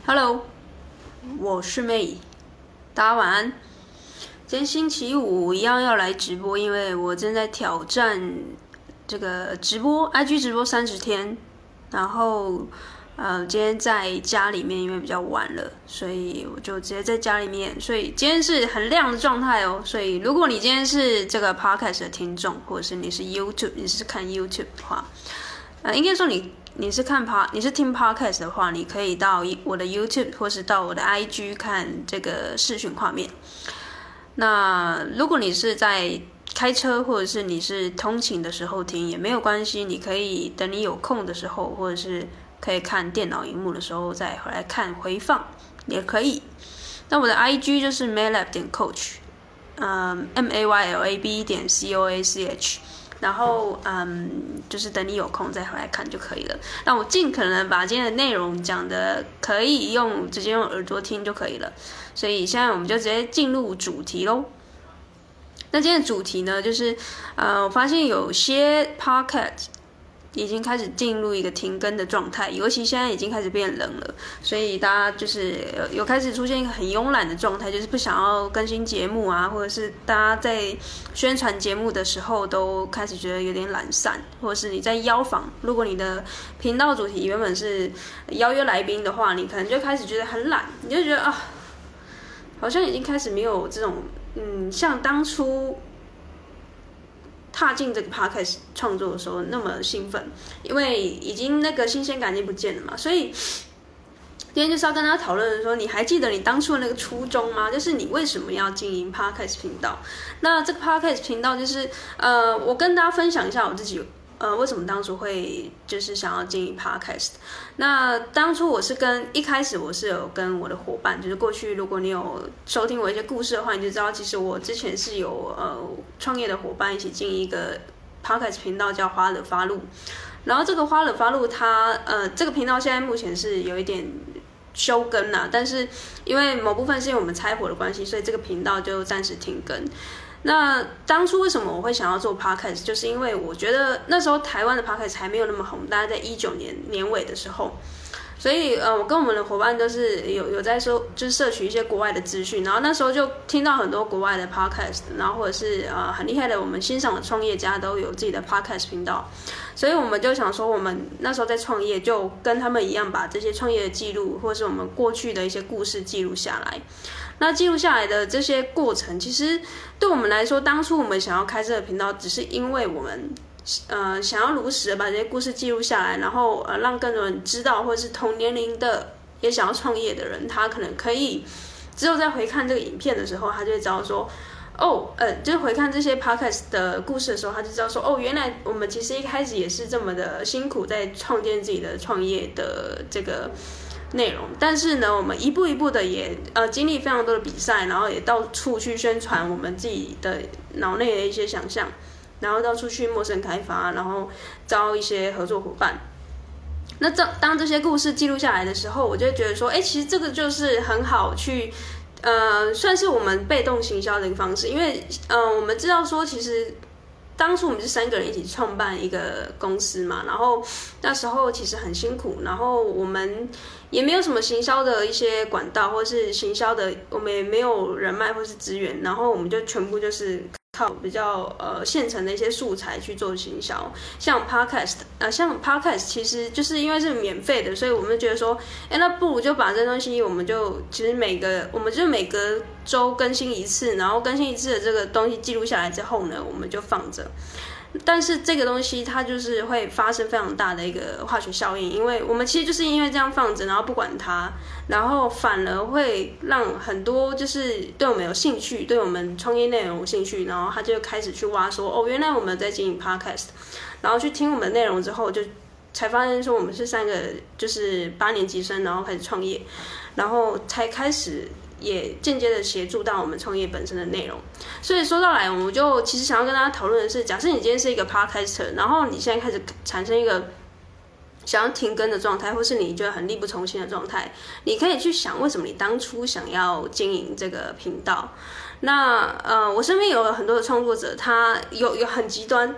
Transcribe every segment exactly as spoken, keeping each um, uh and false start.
Hello，我是 May， 大家晚安。今天星期五一样要来直播，因为我正在挑战这个直播 I G 直播三十天，然后呃今天在家里面，因为比较晚了，所以我就直接在家里面，所以今天是很亮的状态哦。所以如果你今天是这个 Podcast 的听众，或者是你是 YouTube， 你是看 YouTube 的话，呃，应该说你。你是看 pod， 你是听 podcast 的话，你可以到我的 YouTube 或是到我的 I G 看这个视讯画面。那如果你是在开车或者是你是通勤的时候听也没有关系，你可以等你有空的时候，或者是可以看电脑荧幕的时候再回来看回放也可以。那我的 I G 就是 maylab 点 coach， 嗯 ，M A Y L A B 点 C O A C H。然后，嗯，就是等你有空再回来看就可以了。那我尽可能把今天的内容讲的可以用直接用耳朵听就可以了。所以现在我们就直接进入主题咯。那今天的主题呢，就是呃，我发现有些 podcast 已经开始进入一个停更的状态，尤其现在已经开始变冷了，所以大家就是有开始出现一个很慵懒的状态，就是不想要更新节目啊，或者是大家在宣传节目的时候都开始觉得有点懒散，或者是你在邀访，如果你的频道主题原本是邀约来宾的话，你可能就开始觉得很懒，你就觉得啊，好像已经开始没有这种嗯，像当初踏进这个 podcast 创作的时候那么兴奋，因为已经那个新鲜感已经不见了嘛，所以今天就是要跟大家讨论说，你还记得你当初的那个初衷吗？就是你为什么要经营 podcast 频道？那这个 podcast 频道就是呃，我跟大家分享一下我自己呃为什么当初会就是想要经营 podcast。那当初我是跟一开始我是有跟我的伙伴，就是过去如果你有收听我一些故事的话，你就知道其实我之前是有呃创业的伙伴一起经营一个 podcast 频道叫花惹发露。然后这个花惹发露它呃这个频道现在目前是有一点休更啦，但是因为某部分是因为我们拆伙的关系，所以这个频道就暂时停更。那当初为什么我会想要做 podcast， 就是因为我觉得那时候台湾的 podcast 还没有那么红，大概在一九年年尾的时候，所以呃，我跟我们的伙伴都是有有在说，就是摄取一些国外的资讯，然后那时候就听到很多国外的 podcast， 然后或者是呃很厉害的我们欣赏的创业家都有自己的 podcast 频道，所以我们就想说，我们那时候在创业，就跟他们一样，把这些创业的记录，或者是我们过去的一些故事记录下来。那记录下来的这些过程，其实对我们来说，当初我们想要开这个频道，只是因为我们呃想要如实的把这些故事记录下来，然后呃让更多人知道，或者是同年龄的也想要创业的人，他可能可以只有在回看这个影片的时候，他就会知道说，哦，呃，就是回看这些 podcast 的故事的时候，他就知道说，哦，原来我们其实一开始也是这么的辛苦，在创建自己的创业的这个内容，但是呢，我们一步一步的也呃经历非常多的比赛，然后也到处去宣传我们自己的脑内的一些想象，然后到处去陌生开发，然后招一些合作伙伴。那这当这些故事记录下来的时候，我就会觉得说，哎，其实这个就是很好去，呃，算是我们被动行销的一个方式，因为呃，我们知道说，其实当初我们是三个人一起创办一个公司嘛，然后那时候其实很辛苦，然后我们也没有什么行销的一些管道，或是行销的，我们也没有人脉或是资源，然后我们就全部就是靠比较呃现成的一些素材去做行销，像 podcast， 呃，像 podcast 其实就是因为是免费的，所以我们觉得说，哎，那不如就把这东西，我们就其实每个我们就每隔周更新一次，然后更新一次的这个东西记录下来之后呢，我们就放着。但是这个东西它就是会发生非常大的一个化学效应，因为我们其实就是因为这样放着，然后不管它，然后反而会让很多就是对我们有兴趣，对我们创业内容有兴趣，然后他就开始去挖说，哦，原来我们在经营 podcast， 然后去听我们的内容之后，就才发现说我们是三个就是八年级生，然后开始创业，然后才开始也间接的协助到我们创业本身的内容。所以说到来，我们就其实想要跟大家讨论的是，假设你今天是一个 podcaster， 然后你现在开始产生一个想要停更的状态，或是你觉得很力不从心的状态，你可以去想为什么你当初想要经营这个频道。那呃，我身边有很多的创作者，他有有很极端，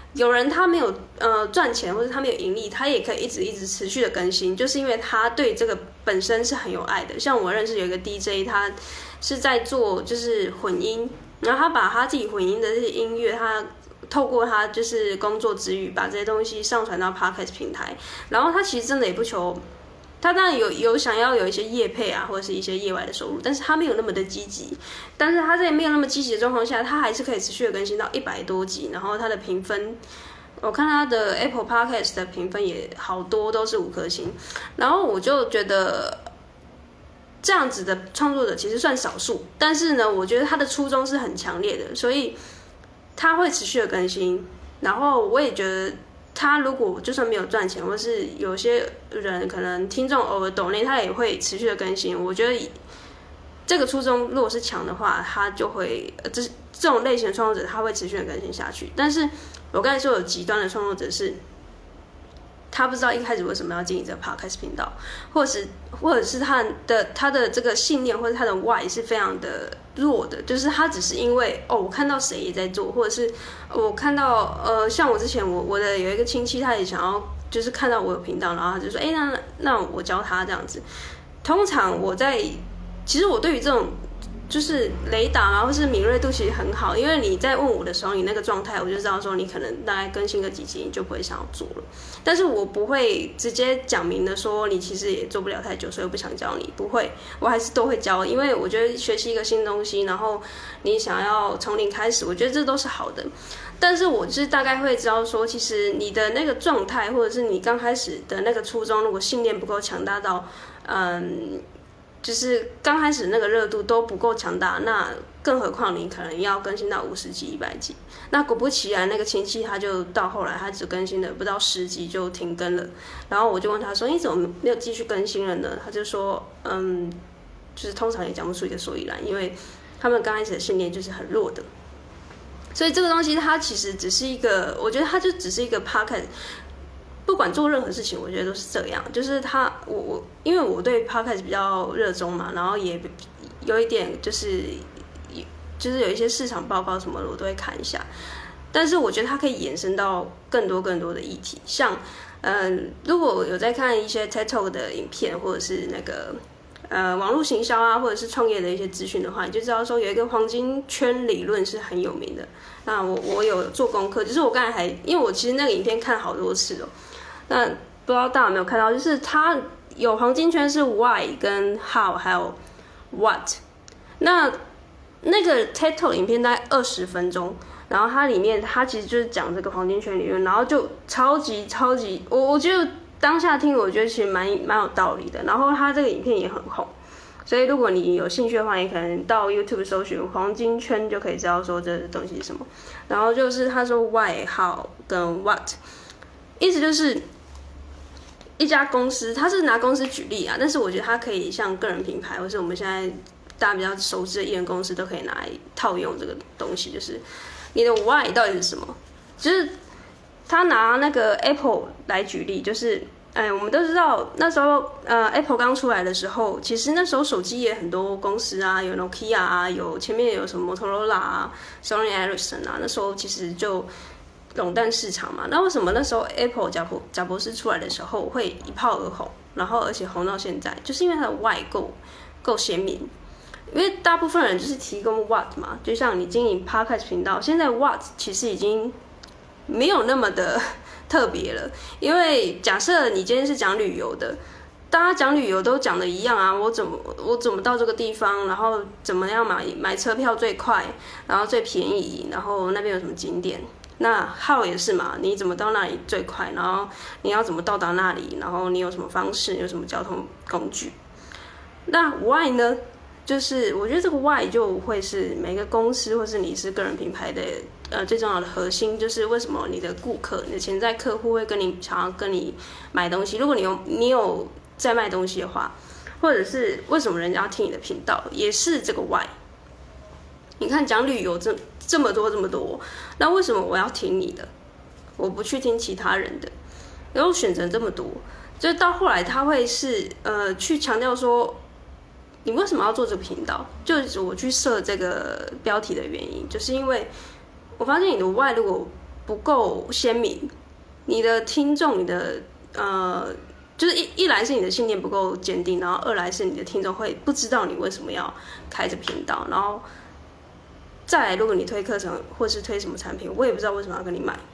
有人他没有呃赚钱或者他没有盈利，他也可以一直一直持续的更新，就是因为他对这个本身是很有爱的。像我认识有一个 D J， 他是在做就是混音，然后他把他自己混音的这些音乐，他透过他就是工作之余，把这些东西上传到 Podcast 平台，然后他其实真的也不求。他当然有有想要有一些业配啊，或者是一些业外的收入，但是他没有那么的积极。但是他在没有那么积极的状况下，他还是可以持续的更新到一百多集，然后他的评分，我看他的 Apple Podcast 的评分也好多都是五颗星。然后我就觉得这样子的创作者其实算少数，但是呢，我觉得他的初衷是很强烈的，所以他会持续的更新。然后我也觉得。他如果就算没有赚钱，或是有些人可能听众偶尔抖内，他也会持续的更新。我觉得这个初衷如果是强的话，他就会这这种类型的创作者他会持续的更新下去。但是我刚才说有极端的创作者是，他不知道一开始为什么要经营这个 podcast 频道，或者是或者是他的他的这个信念或者他的 why 是非常的弱的，就是他只是因为哦我看到谁也在做，或者是我看到呃像我之前我我的有一个亲戚他也想要就是看到我有频道，然后他就说哎那那我教他这样子。通常我在其实我对于这种就是雷达啊，或是敏锐度其实很好，因为你在问我的时候，你那个状态，我就知道说你可能大概更新个几集，你就不会想要做了。但是我不会直接讲明的说你其实也做不了太久，所以我不想教你，不会，我还是都会教，因为我觉得学习一个新东西，然后你想要从零开始，我觉得这都是好的。但是我就是大概会知道说，其实你的那个状态，或者是你刚开始的那个初衷，如果信念不够强大到，嗯。就是刚开始那个热度都不够强大，那更何况你可能要更新到五十集、一百集。那果不其然，那个亲戚他就到后来他只更新了不到十集就停更了。然后我就问他说：“你怎么没有继续更新了呢？”他就说：“嗯，就是通常也讲不出一个所以然，因为他们刚开始的信念就是很弱的。所以这个东西它其实只是一个，我觉得它就只是一个 podcast。”不管做任何事情，我觉得都是这样。就是他，我我，因为我对 podcast 比较热衷嘛，然后也有一点就是，就是有一些市场报告什么的，我都会看一下。但是我觉得它可以延伸到更多更多的议题，像，嗯，如果有在看一些 TED Talk 的影片，或者是那个呃网络行销啊，或者是创业的一些资讯的话，你就知道说有一个黄金圈理论是很有名的。那我我有做功课，就是我刚才还，因为我其实那个影片看好多次哦。那不知道大家有没有看到，就是它有黄金圈是 why 跟 how 还有 what。那那个 TED Talk 影片大概二十分钟，然后它里面它其实就是讲这个黄金圈理论，然后就超级超级，我我觉得当下听我觉得其实蛮蛮有道理的。然后它这个影片也很红，所以如果你有兴趣的话，你可能到 YouTube 搜寻黄金圈就可以知道说这东西是什么。然后就是他说 why how 跟 what， 意思就是一家公司，他是拿公司举例啊，但是我觉得他可以像个人品牌，或是我们现在大家比较熟知的艺人公司，都可以拿来套用这个东西。就是你的 why 到底是什么？就是他拿那个 Apple 来举例，就是哎，我们都知道那时候呃 Apple 刚出来的时候，其实那时候手机也很多公司啊，有 Nokia 啊，有前面有什么 Motorola 啊、Sony Ericsson 啊，那时候其实就垄断市场嘛。那为什么那时候 Apple 贾博贾博士出来的时候会一炮而红，然后而且红到现在，就是因为它的 why 够够鲜明。因为大部分人就是提供 what 嘛，就像你经营 podcast 频道，现在 what 其实已经没有那么的特别了。因为假设你今天是讲旅游的，大家讲旅游都讲的一样啊，我怎么我怎么到这个地方，然后怎么样买买车票最快，然后最便宜，然后那边有什么景点。那 how 也是嘛，你怎么到那里最快，然后你要怎么到达那里，然后你有什么方式，有什么交通工具。那 why 呢？就是我觉得这个 why 就会是每个公司或是你是个人品牌的呃最重要的核心，就是为什么你的顾客、你的潜在客户会跟你想要跟你买东西。如果你有你有在卖东西的话，或者是为什么人家要听你的频道，也是这个 why。你看讲旅游这这么多这么多，那为什么我要听你的？我不去听其他人的，然后选择这么多，就到后来他会是呃去强调说。你为什么要做这个频道？就是我去设这个标题的原因，就是因为我发现你的 why 如果不够鲜明，你的听众，你的呃，就是一一来是你的信念不够坚定，然后二来是你的听众会不知道你为什么要开这频道，然后再来，如果你推课程或是推什么产品，我也不知道为什么要跟你买。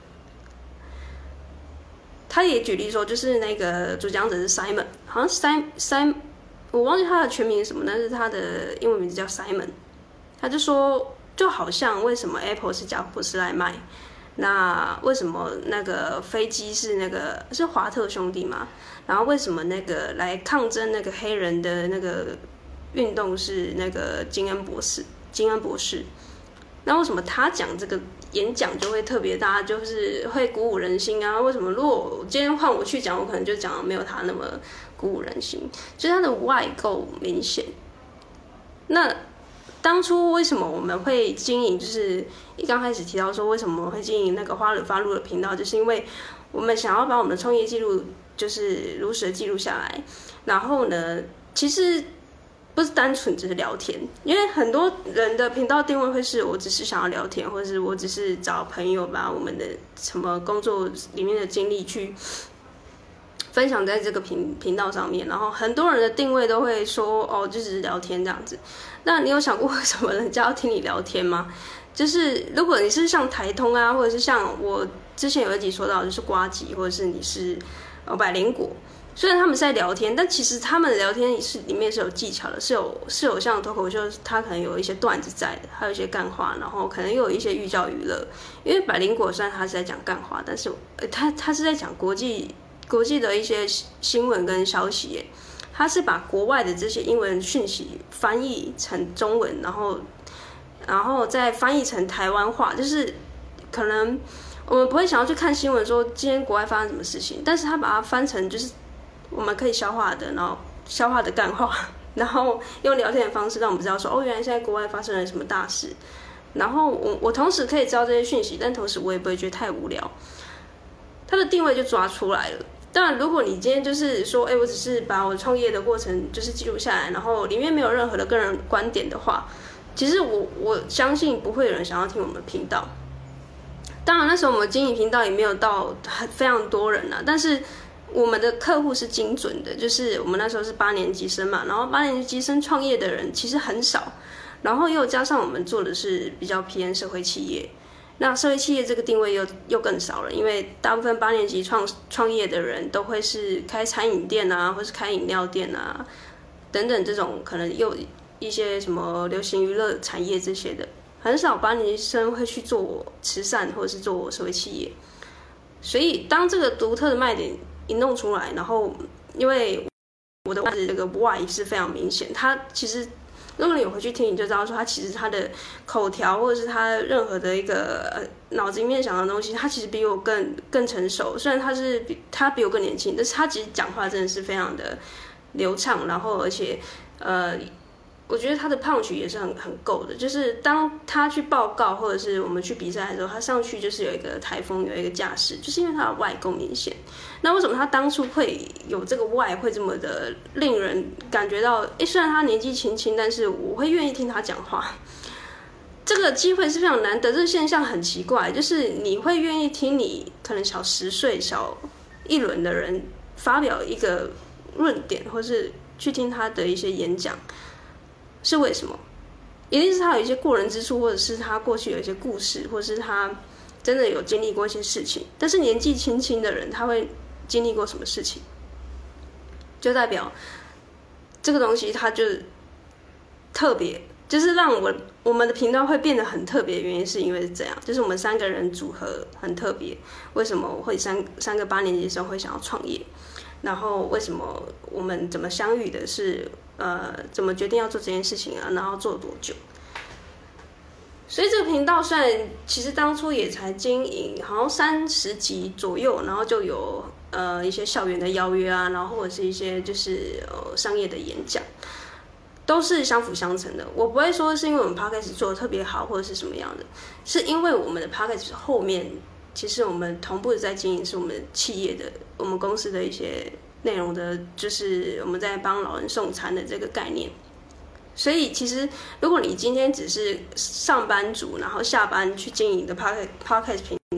他也举例说，就是那个主讲者是 Simon， 好像 Simon Simon， 我忘记他的全名是什么，但是他的英文名字叫 Simon。他就说，就好像为什么 Apple 是贾博士来卖，那为什么那个飞机是那个是华特兄弟嘛？然后为什么那个来抗争那个黑人的那个运动是那个金恩博士？金恩博士，那为什么他讲这个演讲就会特别大，就是会鼓舞人心啊？为什么如果今天换我去讲，我可能就讲没有他那么鼓舞人心？就是他的 why 够明显。那当初为什么我们会经营？就是一刚开始提到说，为什么我们会经营那个花惹发露的频道，就是因为我们想要把我们的创业记录，就是如实的记录下来。然后呢，其实不是单纯只是聊天，因为很多人的频道定位会是我只是想要聊天，或者是我只是找朋友把我们的什么工作里面的经历去分享在这个频频道上面，然后很多人的定位都会说哦，就只是聊天这样子。那你有想过为什么人家要听你聊天吗？就是如果你是像台通啊，或者是像我之前有一集说到，就是呱吉，或者是你是呃百灵果，虽然他们是在聊天，但其实他们的聊天是里面是有技巧的，是有是有像脱口秀，它可能有一些段子在的，还有一些干话，然后可能又有一些寓教于乐。因为百灵果虽然他是在讲干话，但是呃他他是在讲国际国际的一些新闻跟消息耶。他是把国外的这些英文讯息翻译成中文，然后，然后再翻译成台湾话，就是可能我们不会想要去看新闻说今天国外发生什么事情，但是他把它翻成就是我们可以消化的，然后消化的干话，然后用聊天的方式让我们知道说，哦，原来现在国外发生了什么大事，然后我我同时可以知道这些讯息，但同时我也不会觉得太无聊，他的定位就抓出来了。当然，如果你今天就是说，哎，我只是把我创业的过程就是记录下来，然后里面没有任何的个人观点的话，其实我我相信不会有人想要听我们的频道。当然，那时候我们经营频道也没有到非常多人啊，但是我们的客户是精准的，就是我们那时候是八年级生嘛，然后八年级生创业的人其实很少，然后又加上我们做的是比较偏社会企业。那社会企业这个定位又又更少了，因为大部分八年级创创业的人都会是开餐饮店啊，或是开饮料店啊，等等这种可能又一些什么流行娱乐产业这些的，很少八年级生会去做慈善或者是做社会企业。所以当这个独特的卖点一弄出来，然后因为我的这个 why 是非常明显，它其实。如果你有回去听，你就知道说他其实他的口条或者是他任何的一个呃脑子里面想的东西，他其实比我更更成熟。虽然他是比他比我更年轻，但是他其实讲话真的是非常的流畅，然后而且呃，我觉得他的punch也是很很够的。就是当他去报告或者是我们去比赛的时候，他上去就是有一个台风，有一个架势，就是因为他的外够明显。那为什么他当初会有这个外会这么的令人感觉到？诶，虽然他年纪轻轻，但是我会愿意听他讲话。这个机会是非常难得，这个现象很奇怪，就是你会愿意听你可能小十岁、小一轮的人发表一个论点，或是去听他的一些演讲，是为什么？一定是他有一些过人之处，或者是他过去有一些故事，或者是他真的有经历过一些事情。但是年纪轻轻的人，他会经历过什么事情，就代表这个东西它就特别，就是让我我们的频道会变得很特别的原因是因为是这样，就是我们三个人组合很特别。为什么我会三三个八年级生会想要创业？然后为什么我们怎么相遇的是呃怎么决定要做这件事情啊？然后做多久？所以这个频道虽然其实当初也才经营好像三十集左右，然后就有呃一些校园的邀约啊，然后或者是一些就是呃商业的演讲，都是相辅相成的。我不会说是因为我们 podcast 做的特别好或者是什么样的，是因为我们的 podcast 后面其实我们同步的在经营是我们企业的我们公司的一些内容的，就是我们在帮老人送餐的这个概念。所以其实如果你今天只是上班族，然后下班去经营的 podcast 频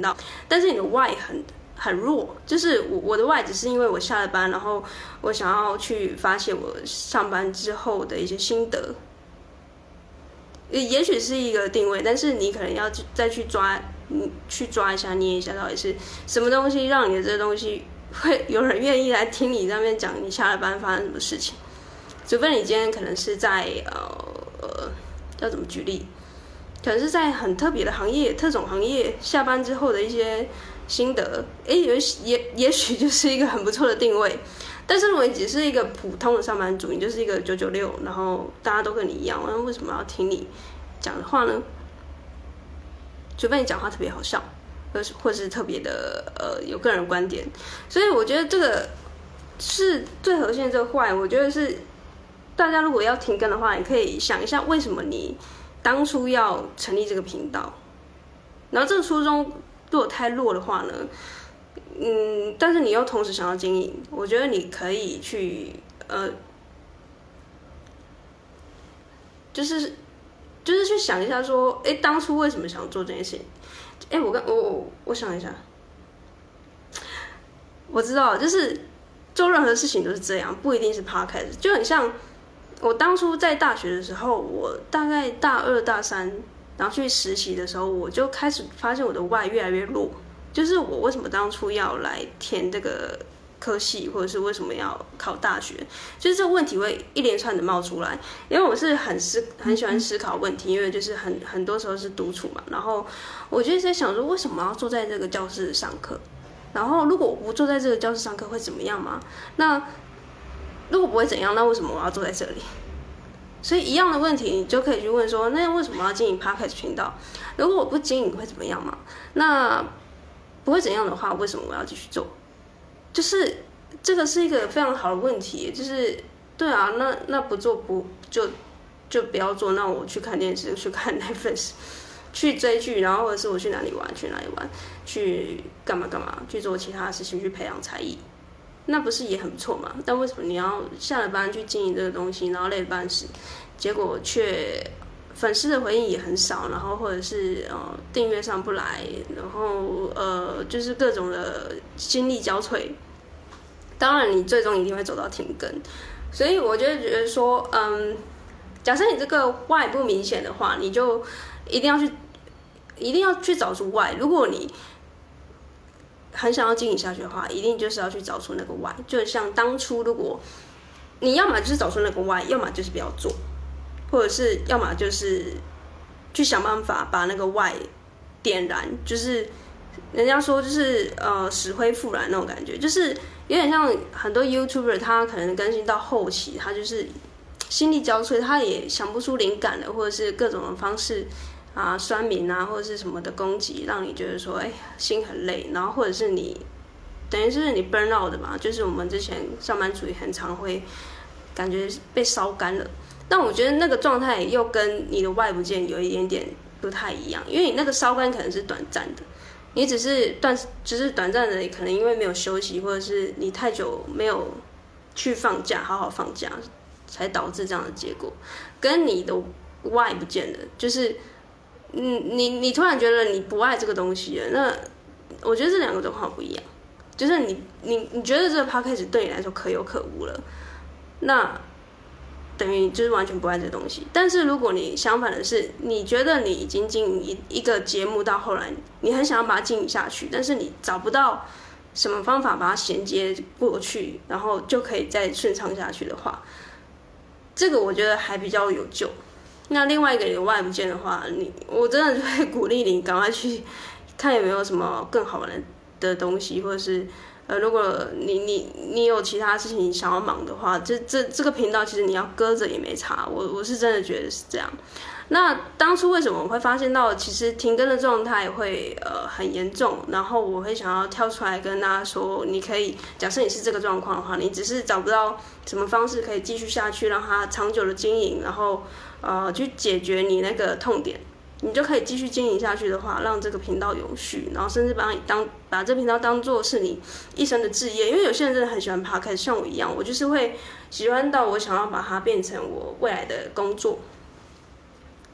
道，但是你的 why 很很弱，就是我我的 why 只是因为我下了班，然后我想要去发泄我上班之后的一些心得，也许是一个定位，但是你可能要再去抓，嗯，去抓一下捏一下，到底是什么东西让你的这个东西会有人愿意来听你在那边讲你下了班发生什么事情，除非你今天可能是在呃呃要怎么举例，可能是在很特别的行业、特种行业下班之后的一些心得，诶，也也也许就是一个很不错的定位。但是如果你只是一个普通的上班族，你就是一个九九六，然后大家都跟你一样，那为什么要听你讲的话呢？除非你讲话特别好笑，或是或是特别的呃有个人观点。所以我觉得这个是最核心的这个坏，我觉得是大家如果要停更的话，你可以想一下为什么你当初要成立这个频道，然后这个初衷如果太弱的话呢？嗯，但是你又同时想要经营，我觉得你可以去呃，就是就是去想一下说，哎，当初为什么想做这件事情？哎，我刚我我我想一下，我知道，就是做任何事情都是这样，不一定是 podcast， 就很像我当初在大学的时候，我大概大二大三，然后去实习的时候，我就开始发现我的 why 越来越弱。就是我为什么当初要来填这个科系，或者是为什么要考大学，就是这个问题会一连串的冒出来。因为我是很思很喜欢思考问题，因为就是很很多时候是独处嘛，然后我就在想说，为什么要坐在这个教室上课？然后如果我不坐在这个教室上课会怎么样吗？那如果不会怎样，那为什么我要坐在这里？所以一样的问题，你就可以去问说，那为什么要经营 Podcast 频道？如果我不经营会怎么样嘛？那不会怎样的话，为什么我要继续做？就是这个是一个非常好的问题，就是对啊，那那不做不就就不要做，那我去看电视，去看 Netflix， 去追剧，然后或者是我去哪里玩，去哪里玩，去干嘛干嘛，去做其他的事情，去培养才艺，那不是也很不错吗？但为什么你要下了班去经营这个东西，然后累得半死，结果却粉丝的回应也很少，然后或者是呃订阅上不来，然后呃就是各种的心力交瘁。当然，你最终一定会走到停更。所以我就觉得说，嗯，假设你这个 why 不明显的话，你就一定要去，一定要去找出 why。如果你很想要经营下去的话，一定就是要去找出那个 why。就像当初，如果你要么就是找出那个 why， 要么就是不要做。或者是要么就是去想办法把那个 why 点燃，就是人家说就是呃死灰复燃那种感觉，就是有点像很多 YouTuber 他可能更新到后期，他就是心力交瘁，他也想不出灵感了，或者是各种的方式啊酸民啊或者是什么的攻击，让你觉得说哎心很累，然后或者是你等于是你 burn out 的嘛，就是我们之前上班族也很常会感觉被烧干了。但我觉得那个状态又跟你的why不见有一点点不太一样，因为你那个烧干可能是短暂的，你只是短，只是短暂的，可能因为没有休息，或者是你太久没有去放假，好好放假，才导致这样的结果。跟你的why不见的，就是嗯，你你突然觉得你不爱这个东西了，那我觉得这两个状况不一样。就是你你你觉得这个 podcast 对你来说可有可无了，那等于就是完全不爱这东西。但是如果你相反的是，你觉得你已经经营一一个节目到后来，你很想要把它经营下去，但是你找不到什么方法把它衔接过去，然后就可以再顺畅下去的话，这个我觉得还比较有救。那另外一个你why不见的话，你我真的就会鼓励你赶快去看有没有什么更好玩的东西，或者是呃，如果你你你有其他事情想要忙的话，这这这个频道其实你要搁着也没差，我我是真的觉得是这样。那当初为什么我会发现到其实停更的状态会呃很严重，然后我会想要跳出来跟大家说，你可以假设你是这个状况的话，你只是找不到什么方式可以继续下去，让它长久的经营，然后呃去解决你那个痛点。你就可以继续经营下去的话，让这个频道永续，然后甚至把你当把这频道当做是你一生的志业。因为有些人真的很喜欢 podcast， 像我一样，我就是会喜欢到我想要把它变成我未来的工作。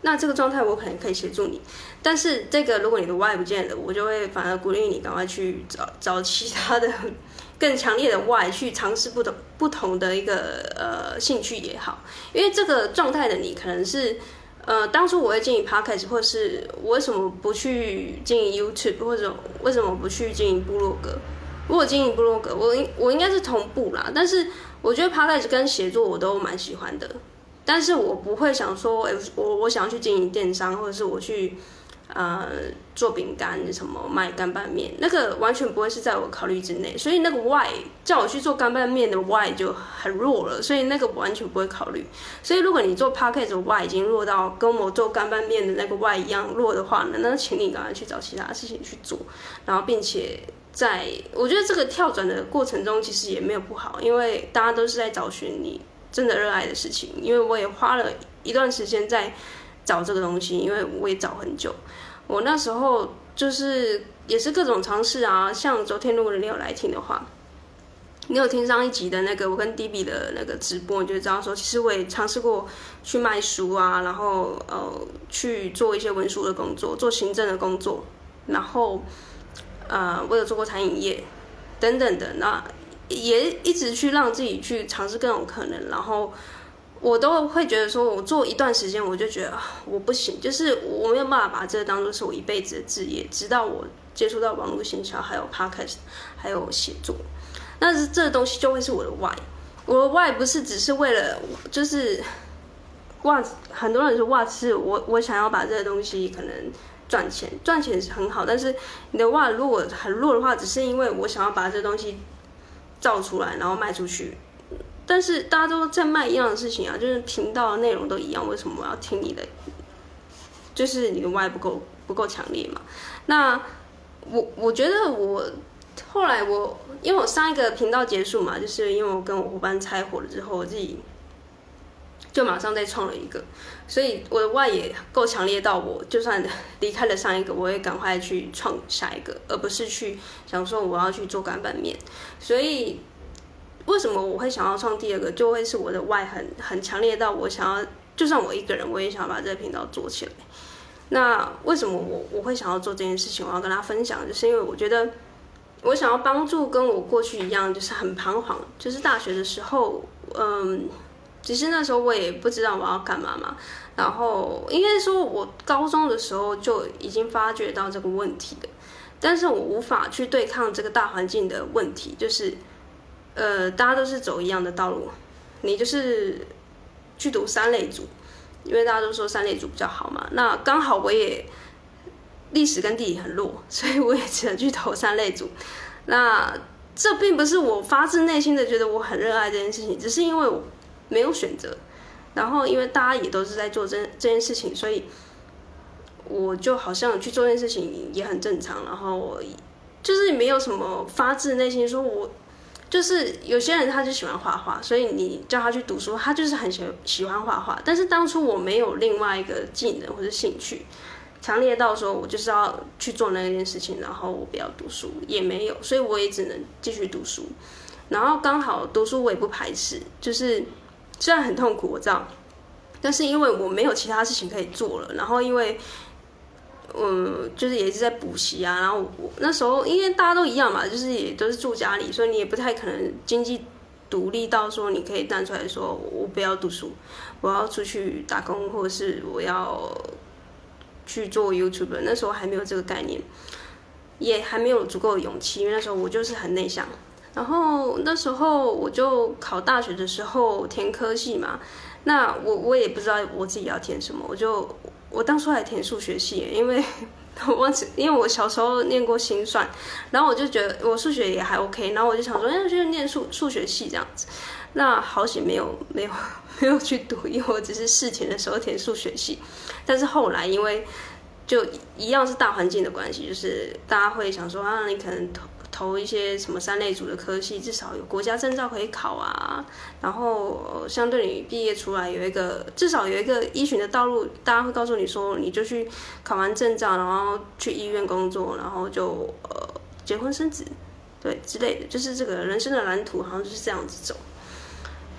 那这个状态我可能可以协助你，但是这个如果你的 why 不见了，我就会反而鼓励你赶快去找找其他的更强烈的 why 去尝试不同不同的一个呃兴趣也好，因为这个状态的你可能是呃当初我会经营 podcast， 或是我为什么不去经营 YouTube， 或者为什么不去经营部落格？如果经营部落格，我我应该是同步啦，但是我觉得 podcast 跟写作我都蛮喜欢的。但是我不会想说，哎、欸，我我想要去经营电商，或者是我去呃做饼干什么卖干拌面，那个完全不会是在我考虑之内。所以那个 why 叫我去做干拌面的 why 就很弱了，所以那个完全不会考虑。所以如果你做 podcast 的 why 已经弱到跟我做干拌面的那个 why 一样弱的话呢，那请你赶快去找其他事情去做，然后并且在我觉得这个跳转的过程中其实也没有不好，因为大家都是在找寻你真的热爱的事情，因为我也花了一段时间在找这个东西，因为我也找很久。我那时候就是也是各种尝试啊，像昨天如果你有来听的话，你有听上一集的那个我跟 D B 的那个直播，你就知道说，其实我也尝试过去卖书啊，然后呃去做一些文书的工作，做行政的工作，然后呃我有做过餐饮业等等的那。也一直去让自己去尝试各种可能，然后我都会觉得说，我做一段时间我就觉得我不行，就是我没有办法把这个当作是我一辈子的志业，直到我接触到网络行销，还有 podcast， 还有写作，那是这个东西就会是我的 why。我的 why 不是只是为了就是哇，很多人说哇，是我我想要把这个东西可能赚钱，赚钱是很好，但是你的 why 如果很弱的话，只是因为我想要把这个东西造出来，然后卖出去，但是大家都在卖一样的事情啊，就是频道的内容都一样，为什么我要听你的？就是你的 why 不够不够强烈嘛？那我我觉得我后来我因为我上一个频道结束嘛，就是因为我跟我伙伴拆伙了之后，我自己就马上再创了一个，所以我的 why 也够强烈到我就算离开了上一个，我也赶快去创下一个，而不是去想说我要去做干拌面。所以为什么我会想要创第二个，就会是我的 why 很很强烈到我想要，就算我一个人，我也想要把这个频道做起来。那为什么我我会想要做这件事情？我要跟大家分享，就是因为我觉得我想要帮助跟我过去一样，就是很彷徨，就是大学的时候，嗯。其实那时候我也不知道我要干嘛嘛，然后应该说我高中的时候就已经发觉到这个问题了，但是我无法去对抗这个大环境的问题，就是呃大家都是走一样的道路，你就是去读三类组，因为大家都说三类组比较好嘛，那刚好我也历史跟地理很弱，所以我也只能去投三类组，那这并不是我发自内心的觉得我很热爱这件事情，只是因为我没有选择，然后因为大家也都是在做这这件事情，所以我就好像去做这件事情也很正常，然后我就是没有什么发自内心说我就是有些人他就喜欢画画，所以你叫他去读书，他就是很喜喜欢画画，但是当初我没有另外一个技能或者兴趣强烈到说我就是要去做那件事情，然后我不要读书也没有，所以我也只能继续读书，然后刚好读书我也不排斥，就是虽然很痛苦我知道，但是因为我没有其他事情可以做了，然后因为嗯就是也是在补习啊，然后我那时候因为大家都一样嘛，就是也都是住家里，所以你也不太可能经济独立到说你可以站出来说我不要读书，我要出去打工，或者是我要去做 YouTuber， 那时候还没有这个概念，也还没有足够的勇气，因为那时候我就是很内向。然后那时候我就考大学的时候填科系嘛，那我我也不知道我自己要填什么，我就我当初还填数学系，因为我忘记，因为我小时候念过心算，然后我就觉得我数学也还 OK， 然后我就想说，哎，就念数数学系这样子。那好险没有没有没有去读，因为我只是试填的时候填数学系，但是后来因为就一样是大环境的关系，就是大家会想说啊，你可能投投一些什么三类组的科系，至少有国家证照可以考啊，然后相对你毕业出来有一个至少有一个依循的道路，大家会告诉你说，你就去考完证照，然后去医院工作，然后就呃结婚生子，对之类的，就是这个人生的蓝图好像就是这样子走。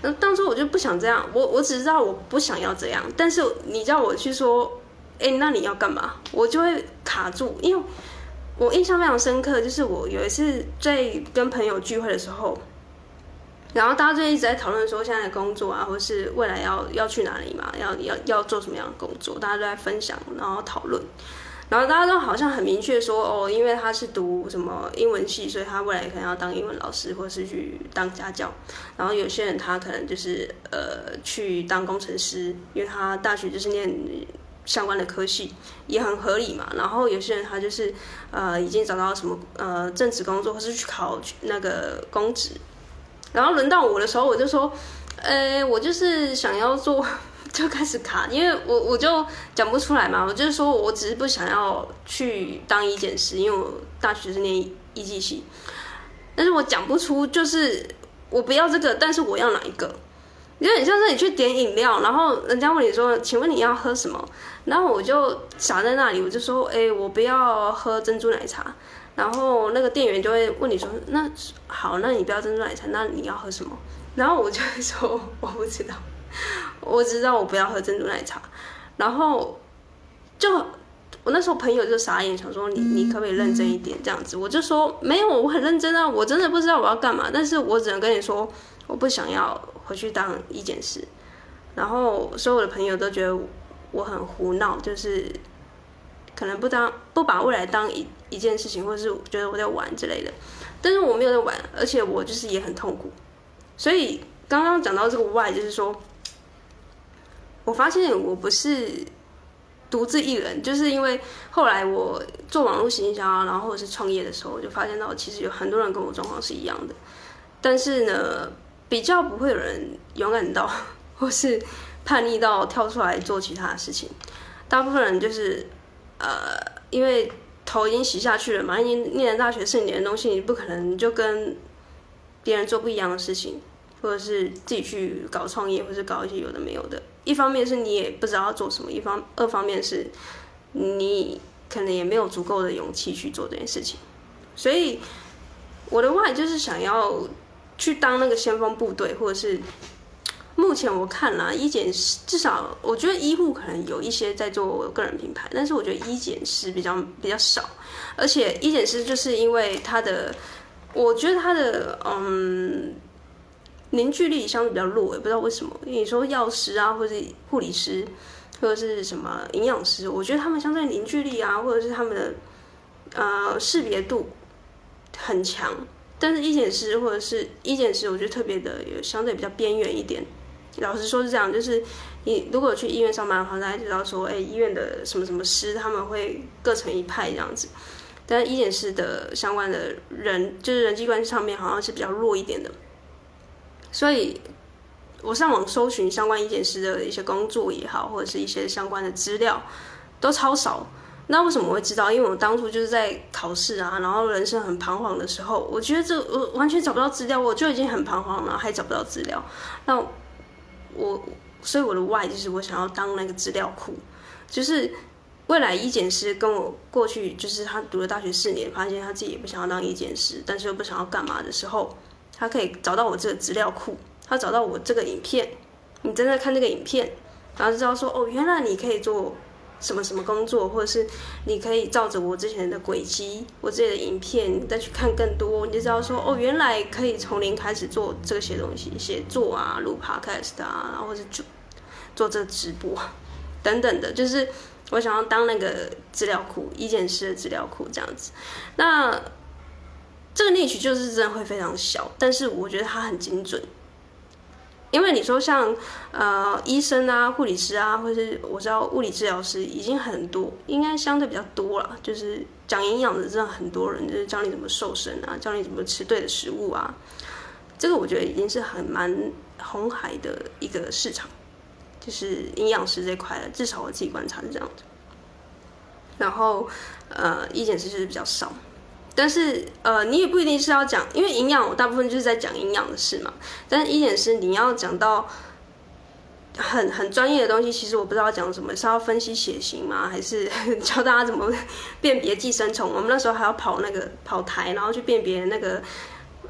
当初我就不想这样，我我只知道我不想要这样，但是你叫我去说，哎，那你要干嘛？我就会卡住，因为我印象非常深刻，就是我有一次在跟朋友聚会的时候，然后大家就一直在讨论说现在的工作啊，或是未来要要去哪里嘛，要要要做什么样的工作，大家都在分享，然后讨论。然后大家都好像很明确说，哦，因为他是读什么英文系，所以他未来可能要当英文老师，或是去当家教。然后有些人他可能就是呃去当工程师，因为他大学就是念相关的科系，也很合理嘛。然后有些人他就是呃已经找到什么呃正职工作，或是去考那个公职。然后轮到我的时候，我就说，呃，我就是想要做。就开始卡，因为我我就讲不出来嘛，我就是说我只是不想要去当医检师，因为我大学是念医技系，但是我讲不出，就是我不要这个，但是我要哪一个？有点像是你去点饮料，然后人家问你说，请问你要喝什么？然后我就傻在那里，我就说，哎，我不要喝珍珠奶茶。然后那个店员就会问你说，那好，那你不要珍珠奶茶，那你要喝什么？然后我就会说，我不知道。我只知道我不要喝珍珠奶茶，然后就我那时候朋友就傻眼，想说你你可不可以认真一点这样子？我就说没有，我很认真啊，我真的不知道我要干嘛，但是我只能跟你说，我不想要回去当医检师。然后所有的朋友都觉得我很胡闹，就是可能不当不把未来当一一件事情，或是觉得我在玩之类的。但是我没有在玩，而且我就是也很痛苦。所以刚刚讲到这个 why， 就是说。我发现我不是独自一人，就是因为后来我做网络行销啊，然后或者是创业的时候，我就发现到其实有很多人跟我状况是一样的，但是呢，比较不会有人勇敢到或是叛逆到跳出来做其他的事情。大部分人就是呃，因为头已经洗下去了嘛，已经念了大学四年的东西，你不可能就跟别人做不一样的事情，或者是自己去搞创业，或是搞一些有的没有的。一方面是你也不知道要做什么，一方二方面是你可能也没有足够的勇气去做这件事情。所以我的 why 就是想要去当那个先锋部队，或者是目前我看啦，医检师至少我觉得医护可能有一些在做个人品牌，但是我觉得医检师比较比较少，而且医检师就是因为他的，我觉得他的嗯。凝聚力相对比较弱，也不知道为什么。你说药师啊，或者是护理师，或者是什么营养师，我觉得他们相对凝聚力啊，或者是他们的呃识别度很强。但是医检师或者是医检师，我觉得特别的有相对比较边缘一点。老实说是这样，就是你如果去医院上班的话，大家知道说，哎，医院的什么什么师他们会各成一派这样子。但是医检师的相关的人，就是人际关系上面好像是比较弱一点的。所以，我上网搜寻相关医检师的一些工作也好，或者是一些相关的资料，都超少。那为什么我会知道？因为我当初就是在考试啊，然后人生很彷徨的时候，我觉得这我完全找不到资料，我就已经很彷徨了，还找不到资料。那我，所以我的 why 就是我想要当那个资料库，就是未来医检师跟我过去就是他读了大学四年，发现他自己也不想要当医检师，但是又不想要干嘛的时候。他可以找到我这个资料库，他找到我这个影片，你真的看这个影片，然后就知道说，哦，原来你可以做什么什么工作，或者是你可以照着我之前的轨迹，我自己的影片，你再去看更多，你就知道说，哦，原来可以从零开始做这些东西，写作啊，录 podcast 啊，然后或是做做这个直播等等的，就是我想要当那个资料库，医检师的资料库这样子。那这个 niche 就是真的会非常小，但是我觉得它很精准。因为你说像呃医生啊、护理师啊，或是我知道物理治疗师已经很多，应该相对比较多了。就是讲营养的真的很多人，就是教你怎么瘦身啊，教你怎么吃对的食物啊。这个我觉得已经是很蛮红海的一个市场，就是营养师这块了，至少我自己观察是这样的。然后呃医检师就是比较少。但是，呃，你也不一定是要讲，因为营养我大部分就是在讲营养的事嘛。但是医检师你要讲到很很专业的东西，其实我不知道讲什么，是要分析血型吗？还是教大家怎么辨别寄生虫？我们那时候还要跑那个跑台，然后去辨别那个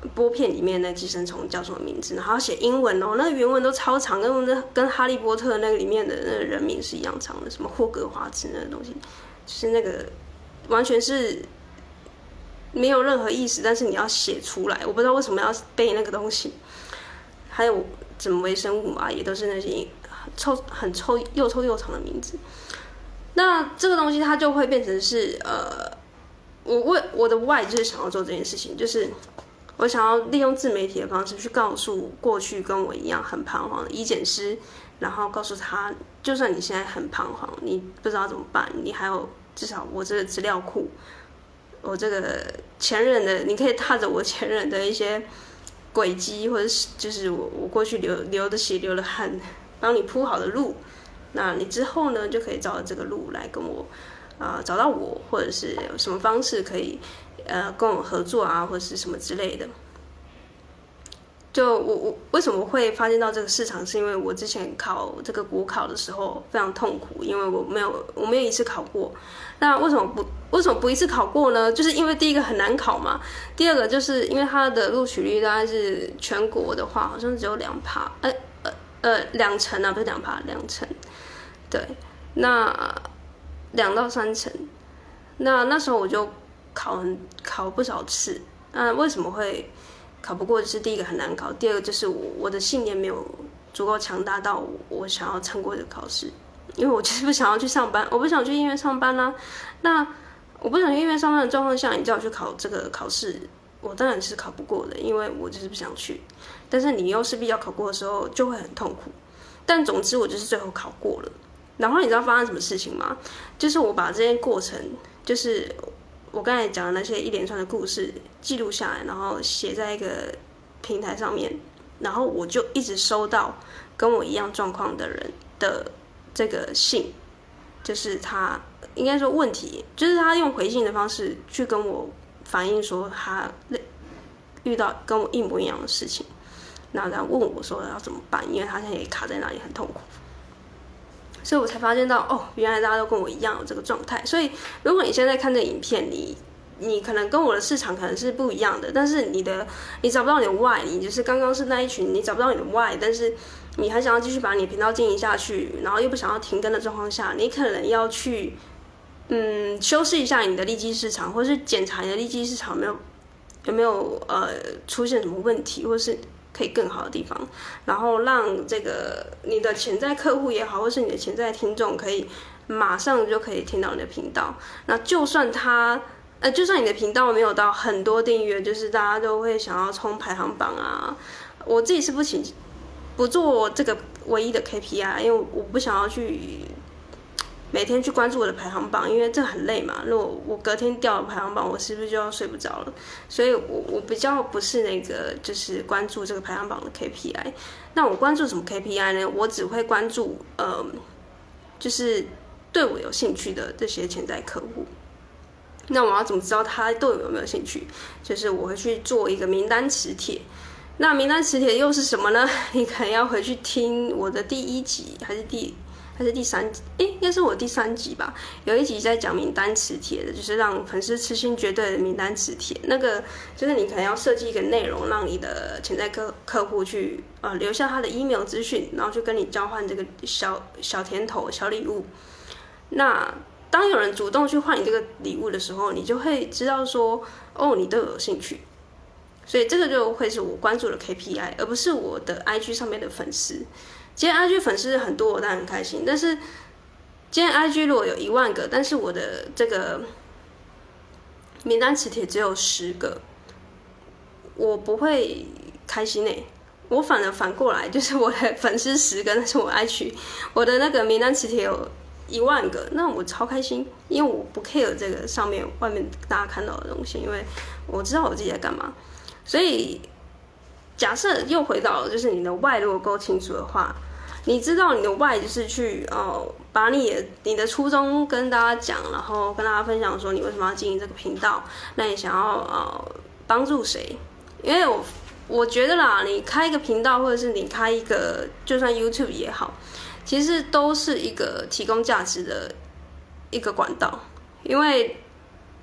拨片里面那寄生虫叫什么名字，然后写英文哦，那个原文都超长，跟那跟哈利波特那个里面的那个人名是一样长的，什么霍格华兹那个东西，就是那个完全是没有任何意思，但是你要写出来，我不知道为什么要背那个东西。还有什么微生物啊，也都是那些臭很臭又臭又长的名字。那这个东西它就会变成是呃，我为我的 why 就是想要做这件事情，就是我想要利用自媒体的方式去告诉过去跟我一样很彷徨的医检师，然后告诉他，就算你现在很彷徨，你不知道怎么办，你还有至少我这个资料库，我这个前人的，你可以踏着我前人的一些轨迹，或者是就是我我过去流流的血流的汗，帮你铺好的路。那你之后呢，就可以照着这个路来跟我，呃，找到我，或者是有什么方式可以，呃，跟我合作啊，或者是什么之类的。就我我为什么会发现到这个市场，是因为我之前考这个国考的时候非常痛苦，因为我没有我没有一次考过。那为什么不为什么不一次考过呢？就是因为第一个很难考嘛，第二个就是因为它的录取率大概是全国的话好像只有两趴，呃呃呃两成啊，不是两趴，两成。对，那两到三成，那那时候我就考很考不少次。那为什么会考不过？就是第一个很难考，第二个就是我我的信念没有足够强大到我想要撑过这个考试，因为我就是不想要去上班，我不想去医院上班啦、啊。那我不想去医院上班的状况下，你叫我去考这个考试，我当然是考不过的，因为我就是不想去。但是你又势必要考过的时候，就会很痛苦。但总之我就是最后考过了。然后你知道发生什么事情吗？就是我把这些过程，就是我刚才讲的那些一连串的故事记录下来，然后写在一个平台上面，然后我就一直收到跟我一样状况的人的这个信，就是他应该说问题，就是他用回信的方式去跟我反映说他遇到跟我一模一样的事情，然后他问我说要怎么办，因为他现在也卡在那里很痛苦。所以我才发现到，哦，原来大家都跟我一样有这个状态。所以，如果你现在看这个影片，你你可能跟我的市场可能是不一样的，但是你的你找不到你的 why， 你就是刚刚是那一群，你找不到你的 why， 但是你还想要继续把你的频道经营下去，然后又不想要停更的状况下，你可能要去嗯修饰一下你的利基市场，或是检查你的利基市场有没有有没有呃出现什么问题，或是可以更好的地方，然后让这个你的潜在客户也好，或是你的潜在听众，可以马上就可以听到你的频道。那就算他，呃，就算你的频道没有到很多订阅，就是大家都会想要冲排行榜啊。我自己是不请不做这个唯一的 K P I， 因为我不想要去每天去关注我的排行榜，因为这很累嘛。如果我隔天掉了排行榜，我是不是就要睡不着了？所以我我比较不是那个就是关注这个排行榜的 K P I。那我关注什么 K P I 呢？我只会关注呃，就是对我有兴趣的这些潜在客户。那我要怎么知道他对我有没有兴趣？就是我会去做一个名单磁铁。那名单磁铁又是什么呢？你可能要回去听我的第一集还是第。还是第三集，诶，应该是我第三集吧。有一集在讲名单磁铁的，就是让粉丝痴心绝对的名单磁铁。那个就是你可能要设计一个内容，让你的潜在客客户去呃留下他的 email 资讯，然后去跟你交换这个小小甜头、小礼物。那当有人主动去换你这个礼物的时候，你就会知道说，哦，你对我有兴趣。所以这个就会是我关注的 K P I， 而不是我的 I G 上面的粉丝。今天 I G 粉丝很多，我当然很开心。但是今天 I G 如果有一万个，但是我的这个名单磁铁只有十个，我不会开心诶。我反而反过来，就是我的粉丝十个，但是我 I G 我的那个名单磁铁有一万个，那我超开心，因为我不 care 这个上面外面大家看到的东西，因为我知道我自己在干嘛。所以假设又回到就是你的 why 如果够清楚的话，你知道你的 why 就是去呃把你的你的初衷跟大家讲，然后跟大家分享说你为什么要经营这个频道，那你想要呃帮助谁？因为我我觉得啦，你开一个频道或者是你开一个就算 YouTube 也好，其实都是一个提供价值的一个管道，因为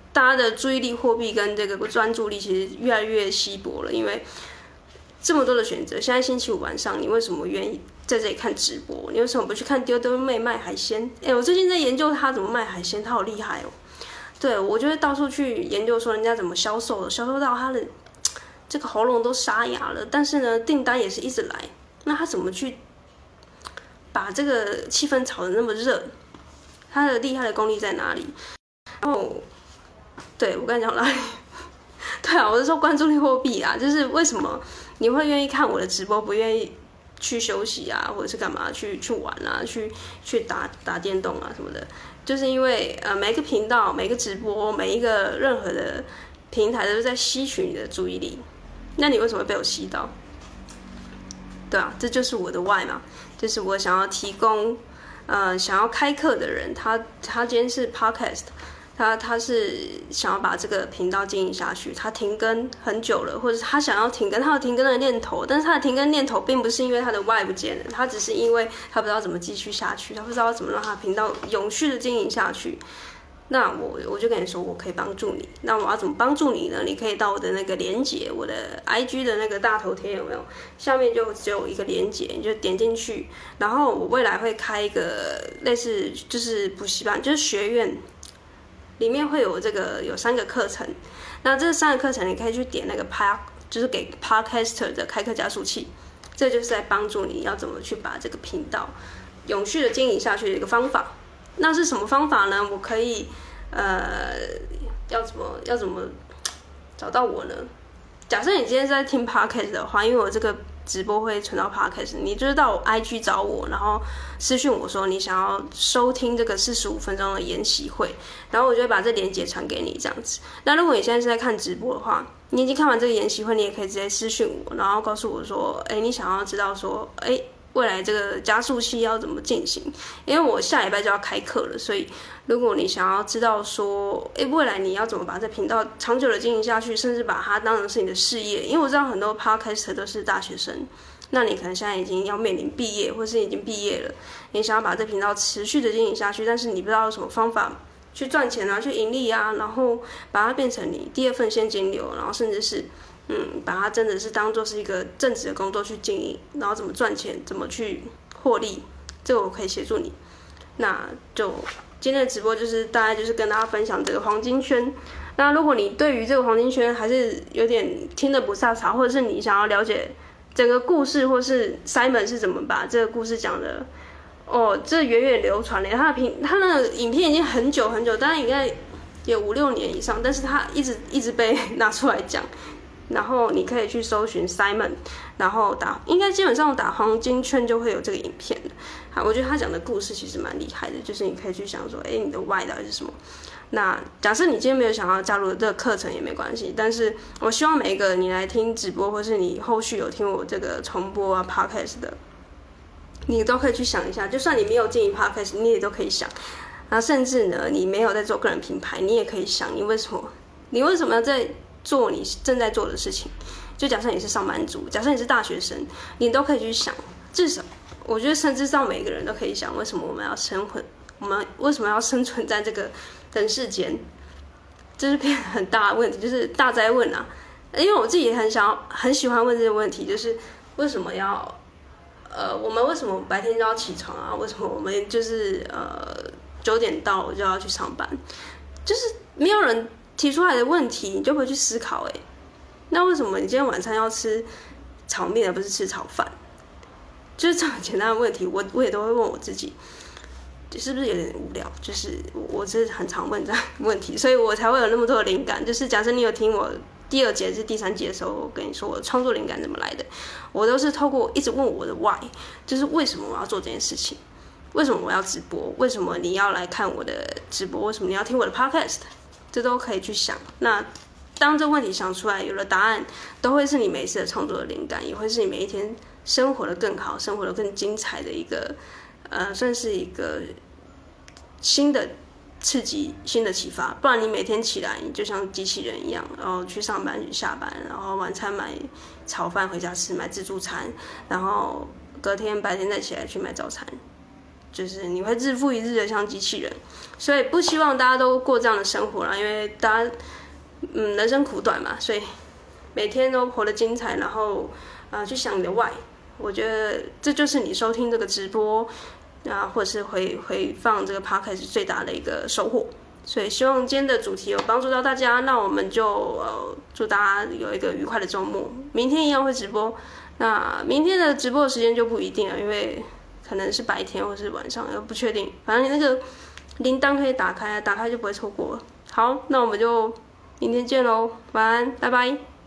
大家的注意力货币跟这个专注力其实越来越稀薄了，因为这么多的选择。现在星期五晚上，你为什么愿意在这里看直播？你为什么不去看丢丢妹卖海鲜？哎，我最近在研究她怎么卖海鲜，她好厉害哦。对，我就会到处去研究说人家怎么销售的，销售到他的这个喉咙都沙哑了，但是呢，订单也是一直来。那他怎么去把这个气氛炒得那么热？他的厉害的功力在哪里？然后，对我刚才讲哪里？对啊，我是说关注力货币啊，就是为什么你会愿意看我的直播，不愿意去休息啊，或者是干嘛去去玩啊，去去打打电动啊什么的？就是因为呃每个频道、每个直播、每一个任何的平台都是在吸取你的注意力，那你为什么被我吸到？对啊，这就是我的 why 嘛，就是我想要提供呃想要开课的人，他他今天是 podcast。他他是想要把这个频道经营下去，他停更很久了，或者他想要停更，他有停更的念头，但是他的停更念头并不是因为他的 why 不见了，他只是因为他不知道怎么继续下去，他不知道怎么让他的频道永续的经营下去。那我我就跟你说，我可以帮助你。那我要怎么帮助你呢？你可以到我的那个连结，我的 I G 的那个大头贴有没有？下面就只有一个连结，你就点进去。然后我未来会开一个类似就是补习班，就是学院。里面会有这个有三个课程，那这三个课程你可以去点那个 Pod， 就是给 Podcaster 的开课加速器，这就是在帮助你要怎么去把这个频道永续的经营下去的一个方法。那是什么方法呢？我可以呃要怎么要怎么找到我呢？假设你今天在听 Podcast 的话，因为我这个直播会存到 Podcast， 你就是到我 I G 找我，然后私讯我说你想要收听这个四十五分钟的研习会，然后我就会把这连结传给你这样子。那如果你现在是在看直播的话，你已经看完这个研习会，你也可以直接私讯我，然后告诉我说，哎，你想要知道说，哎，未来这个加速器要怎么进行？因为我下礼拜就要开课了，所以如果你想要知道说，哎，未来你要怎么把这频道长久的经营下去，甚至把它当成是你的事业，因为我知道很多 podcaster 都是大学生，那你可能现在已经要面临毕业，或是已经毕业了，你想要把这频道持续的经营下去，但是你不知道有什么方法去赚钱啊，去盈利啊，然后把它变成你第二份现金流，然后甚至是嗯，把它真的是当做是一个正职的工作去经营，然后怎么赚钱，怎么去获利，这个我可以协助你。那就今天的直播就是大概就是跟大家分享这个黄金圈。那如果你对于这个黄金圈还是有点听得不飒飒，或者是你想要了解整个故事，或是 Simon 是怎么把这个故事讲的，哦，这源远流传了。他的频，他那个影片已经很久很久，当然应该有五六年以上，但是他一直一直被拿出来讲。然后你可以去搜寻 Simon， 然后打，应该基本上打黄金圈就会有这个影片的。好，我觉得他讲的故事其实蛮厉害的，就是你可以去想说，哎，你的 why 到底是什么？那假设你今天没有想要加入这个课程也没关系，但是我希望每一个你来听直播，或是你后续有听我这个重播啊 podcast 的，你都可以去想一下，就算你没有经营 podcast， 你也都可以想。然后甚至呢，你没有在做个人品牌，你也可以想，你为什么，你为什么要在做你正在做的事情？就假设你是上班族，假设你是大学生，你都可以去想。至少，我觉得甚至到每个人都可以想，为什么我们要生存？我们为什么要生存在这个人世间？这是变得很大的问题，就是大哉问啊！因为我自己也很想要，很喜欢问这个问题，就是为什么要呃，我们为什么白天就要起床啊？为什么我们就是呃九点到我就要去上班？就是没有人提出来的问题，你就会去思考，哎，那为什么你今天晚餐要吃炒面而不是吃炒饭？就是这么简单的问题，我我也都会问我自己，是不是有点无聊？就是我是很常问这样的问题，所以我才会有那么多的灵感。就是假设你有听我第二节是第三节的时候，我跟你说我的创作灵感怎么来的，我都是透过一直问我的 why， 就是为什么我要做这件事情，为什么我要直播，为什么你要来看我的直播，为什么你要听我的 podcast， 这都可以去想。那当这问题想出来，有了答案，都会是你每一次的创作的灵感，也会是你每一天生活的更好、生活的更精彩的一个，呃，算是一个新的刺激、新的启发。不然你每天起来，你就像机器人一样，然后去上班、去下班，然后晚餐买炒饭回家吃，买自助餐，然后隔天白天再起来去买早餐。 就是你会日复一日的像机器人，所以不希望大家都过这样的生活啦，因为大家嗯人生苦短嘛，所以每天都活得精彩，然后啊、呃、去想你的 why， 我觉得这就是你收听这个直播啊，或者是回回放这个 podcast 最大的一个收获。所以希望今天的主题有帮助到大家，那我们就呃祝大家有一个愉快的周末。明天一样会直播，那明天的直播的时间就不一定了，因为可能是白天或是晚上，又不确定。反正你那个铃铛可以打开，打开就不会错过了。好，那我们就明天见喽，晚安，拜拜。